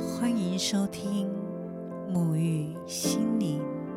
欢迎收听沐浴心灵。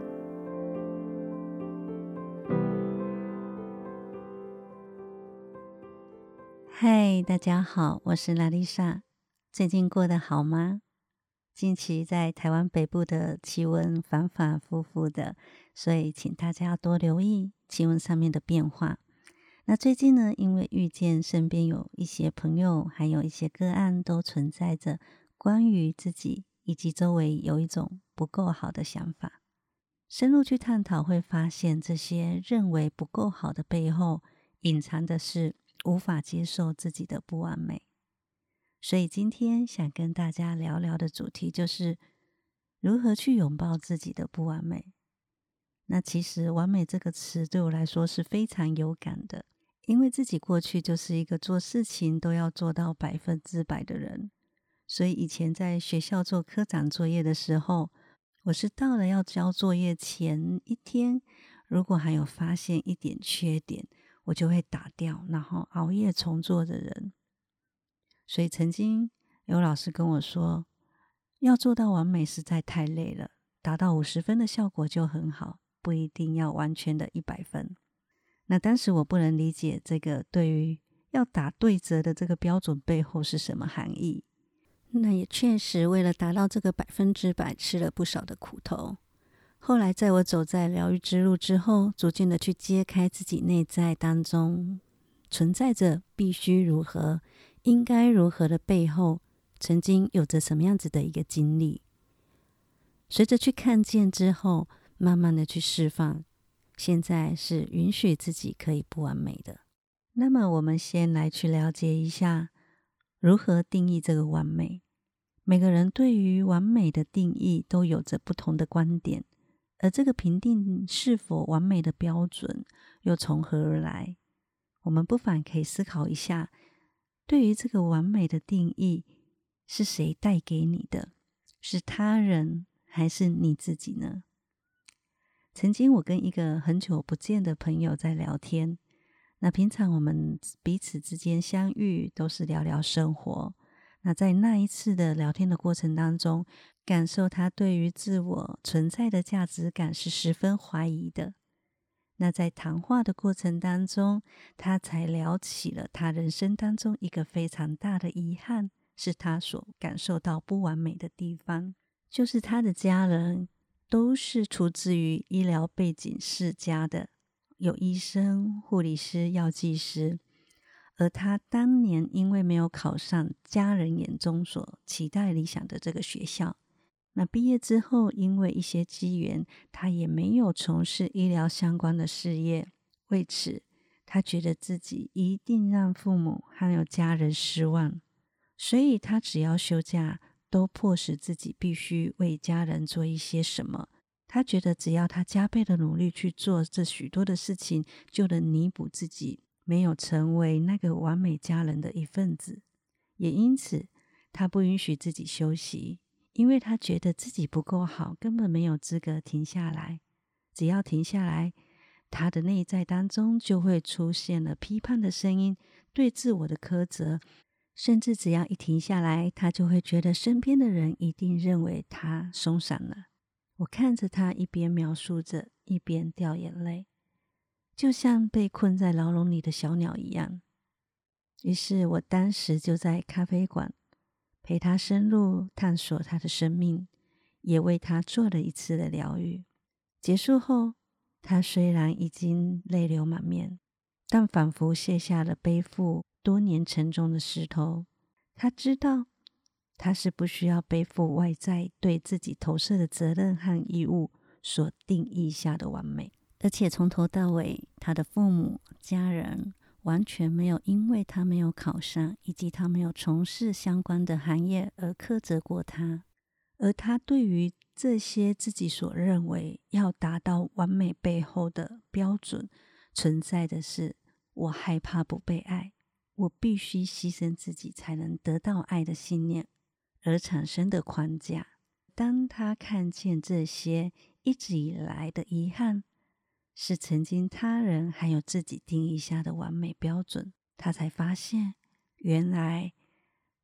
嗨，大家好，我是拉丽莎。最近过得好吗？近期在台湾北部的气温反反复复的，所以请大家要多留意气温上面的变化。那最近呢，因为遇见身边有一些朋友，还有一些个案，都存在着关于自己以及周围有一种不够好的想法。深入去探讨，会发现这些认为不够好的背后，隐藏的是无法接受自己的不完美。所以今天想跟大家聊聊的主题就是如何去拥抱自己的不完美。那其实完美这个词对我来说是非常有感的，因为自己过去就是一个做事情都要做到100%的人，所以以前在学校做科长作业的时候，我是到了要交作业前一天，如果还有发现一点缺点，我就会打掉，然后熬夜重做的人。所以曾经有老师跟我说，要做到完美实在太累了，达到50分的效果就很好，不一定要完全的100分。那当时我不能理解这个对于要打对折的这个标准背后是什么含义。那也确实为了达到这个100%吃了不少的苦头。后来在我走在疗愈之路之后，逐渐的去揭开自己内在当中存在着必须如何、应该如何的背后，曾经有着什么样子的一个经历。随着去看见之后，慢慢的去释放，现在是允许自己可以不完美的。那么我们先来去了解一下如何定义这个完美。每个人对于完美的定义都有着不同的观点，而这个评定是否完美的标准又从何而来？我们不妨可以思考一下，对于这个完美的定义是谁带给你的？是他人还是你自己呢？曾经我跟一个很久不见的朋友在聊天，那平常我们彼此之间相遇都是聊聊生活。那在那一次的聊天的过程当中，感受他对于自我存在的价值感是十分怀疑的。那在谈话的过程当中，他才聊起了他人生当中一个非常大的遗憾，是他所感受到不完美的地方，就是他的家人都是出自于医疗背景世家的，有医生、护理师、药剂师，而他当年因为没有考上家人眼中所期待理想的这个学校，那毕业之后因为一些机缘，他也没有从事医疗相关的事业，为此他觉得自己一定让父母还有家人失望，所以他只要休假都迫使自己必须为家人做一些什么。他觉得只要他加倍的努力去做这许多的事情，就能弥补自己没有成为那个完美家人的一份子。也因此他不允许自己休息，因为他觉得自己不够好，根本没有资格停下来。只要停下来，他的内在当中就会出现了批判的声音，对自我的苛责，甚至只要一停下来，他就会觉得身边的人一定认为他松散了。我看着他一边描述着，一边掉眼泪，就像被困在牢笼里的小鸟一样。于是我当时就在咖啡馆陪他深入探索他的生命，也为他做了一次的疗愈。结束后，他虽然已经泪流满面，但仿佛卸下了背负多年沉重的石头。他知道他是不需要背负外在对自己投射的责任和义务所定义下的完美，而且从头到尾，他的父母、家人完全没有因为他没有考上以及他没有从事相关的行业而苛责过他。而他对于这些自己所认为要达到完美背后的标准，存在的是我害怕不被爱，我必须牺牲自己才能得到爱的信念而产生的框架。当他看见这些一直以来的遗憾是曾经他人还有自己定义下的完美标准，他才发现原来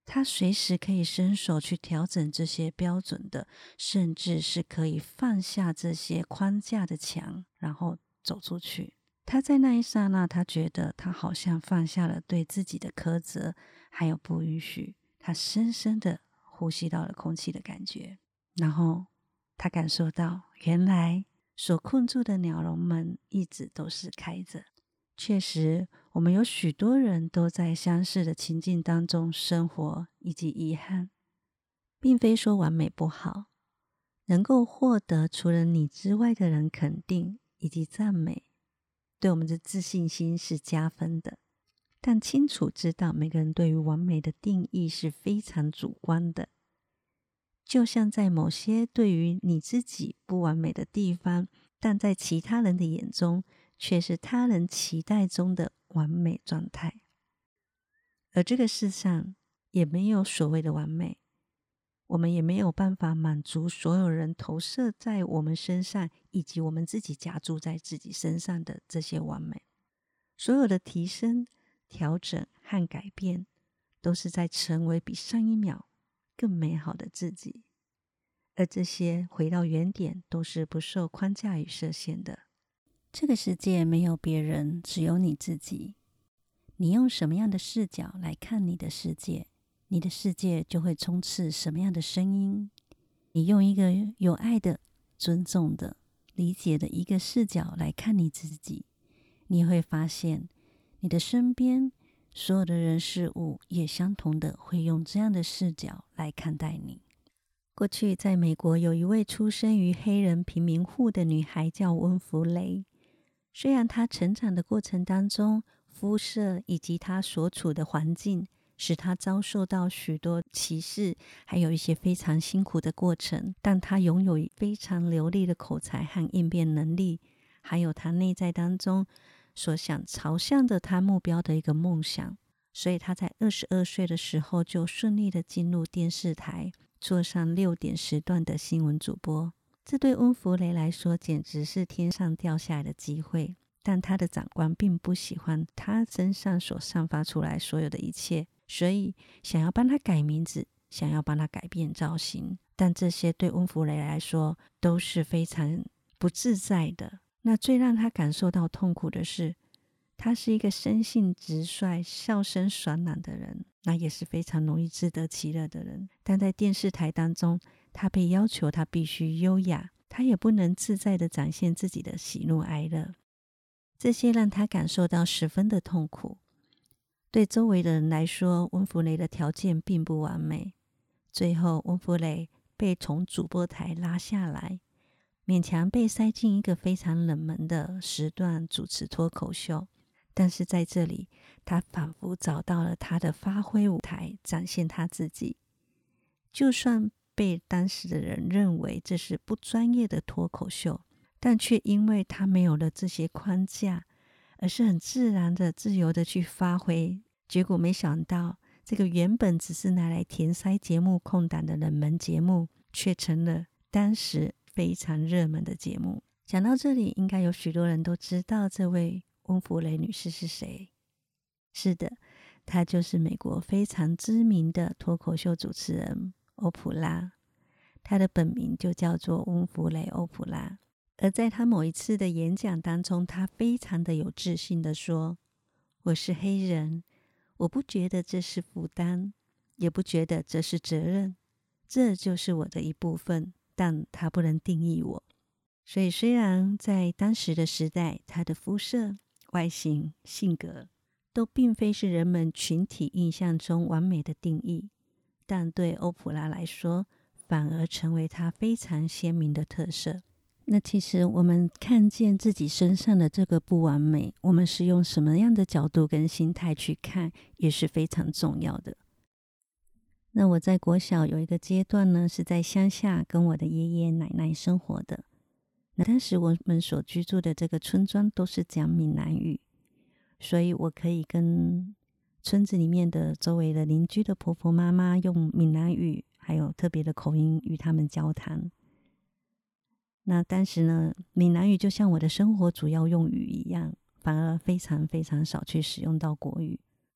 他随时可以伸手去调整这些标准的，甚至是可以放下这些框架的墙，然后走出去。他在那一刹那，他觉得他好像放下了对自己的苛责，还有不允许。他深深的呼吸到了空气的感觉，然后他感受到，原来所困住的鸟笼门一直都是开着。确实，我们有许多人都在相似的情境当中生活以及遗憾，并非说完美不好，能够获得除了你之外的人肯定以及赞美，对我们的自信心是加分的。但清楚知道每个人对于完美的定义是非常主观的，就像在某些对于你自己不完美的地方，但在其他人的眼中却是他人期待中的完美状态。而这个世上也没有所谓的完美，我们也没有办法满足所有人投射在我们身上以及我们自己加注在自己身上的这些完美。所有的提升、调整和改变，都是在成为比上一秒更美好的自己。而这些回到原点，都是不受框架与设限的。这个世界没有别人，只有你自己。你用什么样的视角来看你的世界，你的世界就会充斥什么样的声音。你用一个有爱的、尊重的、理解的一个视角来看你自己，你会发现你的身边所有的人事物也相同的会用这样的视角来看待你。过去在美国有一位出生于黑人贫民户的女孩叫温弗雷，虽然她成长的过程当中，肤色以及她所处的环境使她遭受到许多歧视，还有一些非常辛苦的过程，但她拥有非常流利的口才和应变能力，还有她内在当中所想朝向的她目标的一个梦想，所以她在22岁的时候就顺利的进入电视台，做上6点时段的新闻主播。这对温弗雷来说简直是天上掉下来的机会，但他的长官并不喜欢他身上所散发出来所有的一切，所以想要帮他改名字，想要帮他改变造型，但这些对温弗雷来说都是非常不自在的。那最让他感受到痛苦的是，他是一个生性直率、笑声爽朗的人，那也是非常容易自得其乐的人。但在电视台当中，他被要求他必须优雅，他也不能自在地展现自己的喜怒哀乐，这些让他感受到十分的痛苦。对周围的人来说，温弗雷的条件并不完美，最后温弗雷被从主播台拉下来，勉强被塞进一个非常冷门的时段主持脱口秀。但是在这里，他仿佛找到了他的发挥舞台，展现他自己。就算被当时的人认为这是不专业的脱口秀，但却因为他没有了这些框架，而是很自然的、自由的去发挥。结果没想到，这个原本只是拿来填塞节目空档的冷门节目，却成了当时非常热门的节目。讲到这里，应该有许多人都知道这位温弗雷女士是谁。是的，她就是美国非常知名的脱口秀主持人欧普拉，她的本名就叫做温弗雷·欧普拉。而在她某一次的演讲当中，她非常的有自信的说：“我是黑人，我不觉得这是负担，也不觉得这是责任，这就是我的一部分，但它不能定义我。”所以虽然在当时的时代，她的肤色、外形、性格都并非是人们群体印象中完美的定义，但对欧普拉来说，反而成为她非常鲜明的特色。那其实我们看见自己身上的这个不完美，我们是用什么样的角度跟心态去看，也是非常重要的。那我在国小有一个阶段呢，是在乡下跟我的爷爷奶奶生活的。那当时我们所居住的这个村庄都是讲闽南语，所以我可以跟村子里面的周围的邻居的婆婆妈妈用闽南语还有特别的口音与他们交谈。那当时呢，闽南语就像我的生活主要用语一样，反而非常非常少去使用到国语。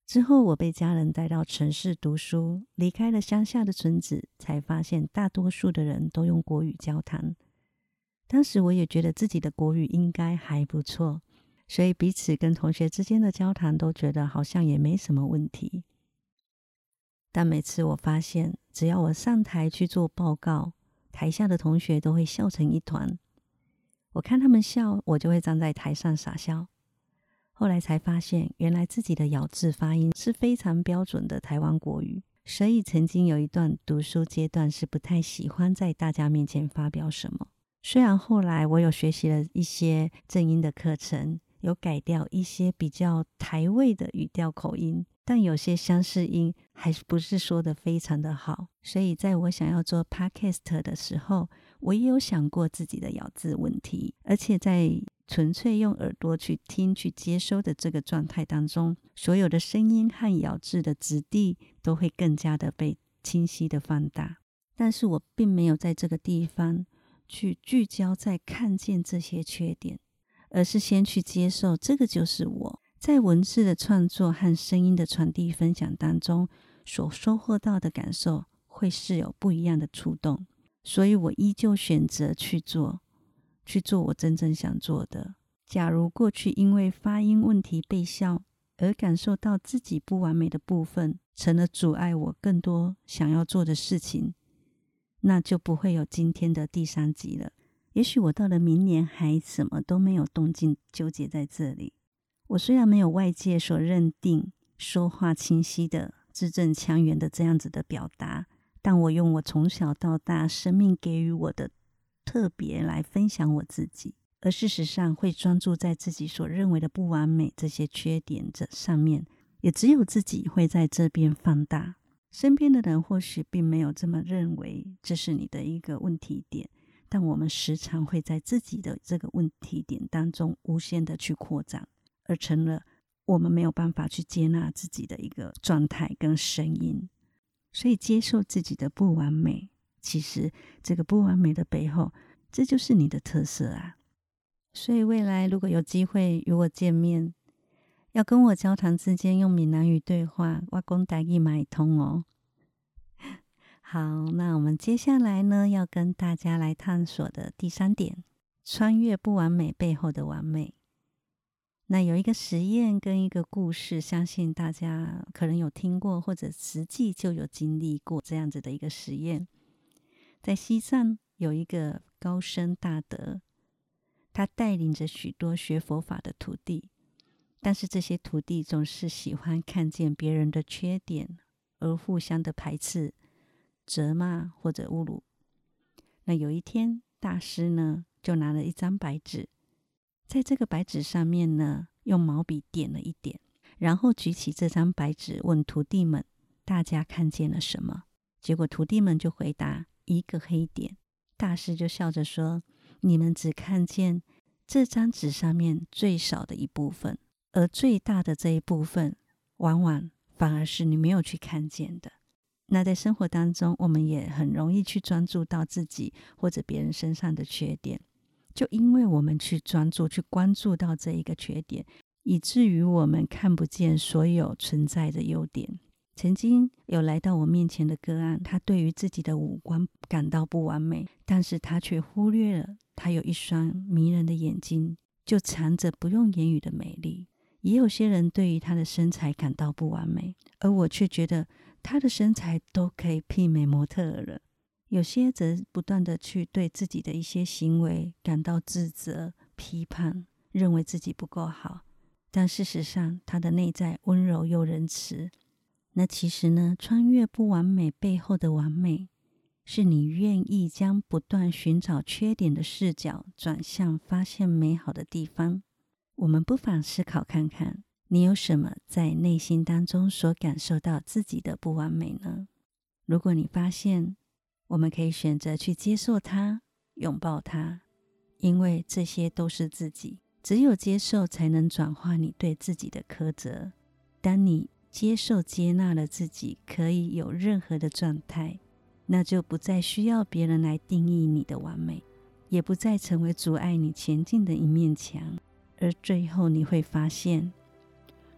之后我被家人带到城市读书，离开了乡下的村子，才发现大多数的人都用国语交谈。当时我也觉得自己的国语应该还不错，所以彼此跟同学之间的交谈都觉得好像也没什么问题。但每次我发现，只要我上台去做报告，台下的同学都会笑成一团。我看他们笑，我就会站在台上傻笑。后来才发现，原来自己的咬字发音是非常标准的台湾国语，所以曾经有一段读书阶段是不太喜欢在大家面前发表什么。虽然后来我有学习了一些正音的课程，有改掉一些比较台味的语调口音，但有些相似音还不是说得非常的好。所以在我想要做 podcast 的时候，我也有想过自己的咬字问题，而且在纯粹用耳朵去听去接收的这个状态当中，所有的声音和咬字的质地都会更加的被清晰的放大。但是我并没有在这个地方去聚焦在看见这些缺点，而是先去接受这个就是我在文字的创作和声音的传递分享当中所收获到的感受，会是有不一样的触动。所以我依旧选择去做我真正想做的。假如过去因为发音问题被笑，而感受到自己不完美的部分，成了阻碍我更多想要做的事情，那就不会有今天的第3集了。也许我到了明年还什么都没有动静，纠结在这里。我虽然没有外界所认定说话清晰的字正腔圆的这样子的表达，但我用我从小到大生命给予我的特别来分享我自己，而事实上会专注在自己所认为的不完美这些缺点这上面，也只有自己会在这边放大。身边的人或许并没有这么认为这是你的一个问题点，但我们时常会在自己的这个问题点当中无限的去扩展，而成了我们没有办法去接纳自己的一个状态跟声音。所以接受自己的不完美，其实这个不完美的背后，这就是你的特色啊。所以未来如果有机会与我见面，要跟我交谈之间用闽南语对话，我讲台语嘛会通哦。好，那我们接下来呢，要跟大家来探索的第3点，穿越不完美背后的完美。那有一个实验跟一个故事，相信大家可能有听过，或者实际就有经历过这样子的一个实验。在西藏有一个高僧大德，他带领着许多学佛法的徒弟，但是这些徒弟总是喜欢看见别人的缺点，而互相的排斥、责骂或者侮辱。那有一天，大师呢就拿了一张白纸，在这个白纸上面呢，用毛笔点了一点，然后举起这张白纸问徒弟们，大家看见了什么？结果徒弟们就回答1个黑点。大师就笑着说，你们只看见这张纸上面最少的一部分，而最大的这一部分往往反而是你没有去看见的。那在生活当中，我们也很容易去专注到自己或者别人身上的缺点，就因为我们去专注去关注到这一个缺点，以至于我们看不见所有存在的优点。曾经有来到我面前的个案，他对于自己的五官感到不完美，但是他却忽略了他有一双迷人的眼睛，就藏着不用言语的美丽。也有些人对于他的身材感到不完美，而我却觉得他的身材都可以媲美模特儿了。有些则不断的去对自己的一些行为感到自责、批判，认为自己不够好，但事实上他的内在温柔又仁慈。那其实呢，穿越不完美背后的完美，是你愿意将不断寻找缺点的视角转向发现美好的地方。我们不妨思考看看，你有什么在内心当中所感受到自己的不完美呢？如果你发现，我们可以选择去接受它，拥抱它，因为这些都是自己。只有接受才能转化你对自己的苛责。当你接受接纳了自己可以有任何的状态，那就不再需要别人来定义你的完美，也不再成为阻碍你前进的一面墙。而最后你会发现，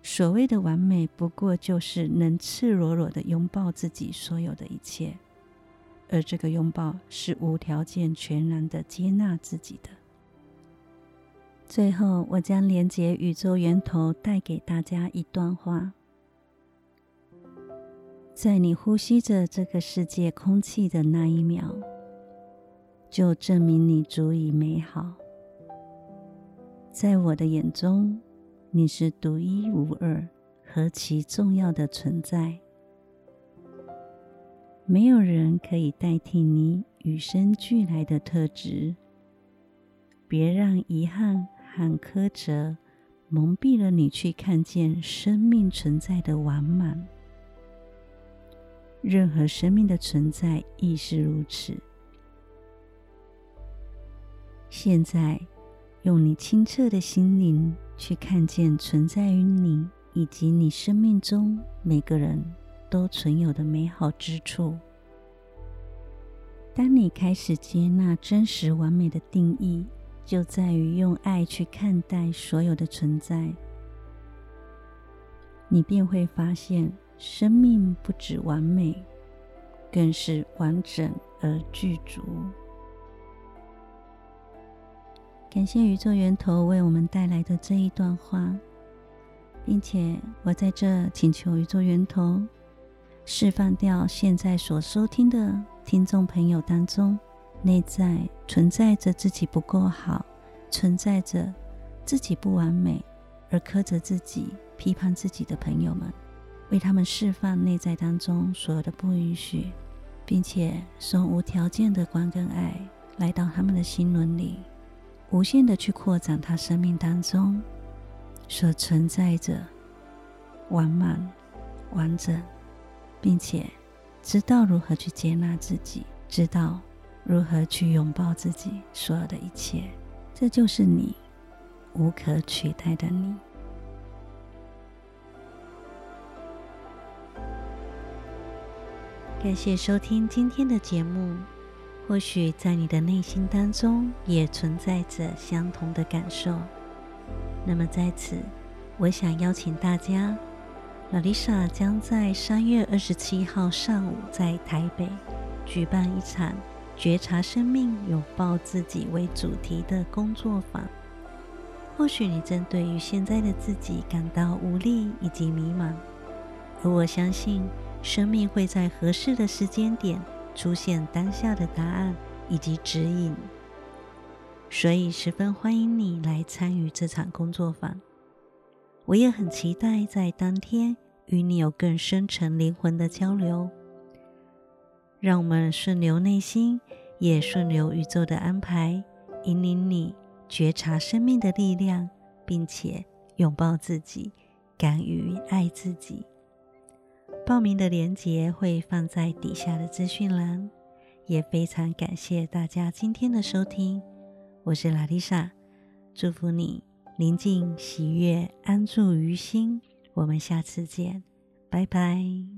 所谓的完美，不过就是能赤裸裸地拥抱自己所有的一切，而这个拥抱是无条件全然地接纳自己的。最后，我将连结宇宙源头带给大家一段话：在你呼吸着这个世界空气的那一秒，就证明你足以美好。在我的眼中，你是独一无二、何其重要的存在。没有人可以代替你与生俱来的特质。别让遗憾和苛责蒙蔽了你去看见生命存在的完满。任何生命的存在亦是如此。现在，用你清澈的心灵去看见存在于你以及你生命中每个人都存有的美好之处。当你开始接纳真实完美的定义，就在于用爱去看待所有的存在，你便会发现生命不止完美，更是完整而具足。感谢宇宙源头为我们带来的这一段话，并且我在这请求宇宙源头释放掉现在所收听的听众朋友当中内在存在着自己不够好，存在着自己不完美而苛责自己、批判自己的朋友们，为他们释放内在当中所有的不允许，并且送无条件的光跟爱来到他们的心轮里，无限的去扩展他生命当中所存在着完满、完整，并且知道如何去接纳自己，知道如何去拥抱自己所有的一切。这就是你，无可取代的你。感谢收听今天的节目。或许在你的内心当中也存在着相同的感受。那么在此，我想邀请大家，Lalisa将在3月27号上午在台北举办一场觉察生命、拥抱自己为主题的工作坊。或许你正对于现在的自己感到无力以及迷茫，而我相信生命会在合适的时间点出现当下的答案以及指引，所以十分欢迎你来参与这场工作坊。我也很期待在当天与你有更深层灵魂的交流。让我们顺流内心，也顺流宇宙的安排，引领你觉察生命的力量，并且拥抱自己，敢于爱自己。报名的连结会放在底下的资讯栏，也非常感谢大家今天的收听。我是Lalisa，祝福你宁静、喜悦、安住于心。我们下次见，拜拜。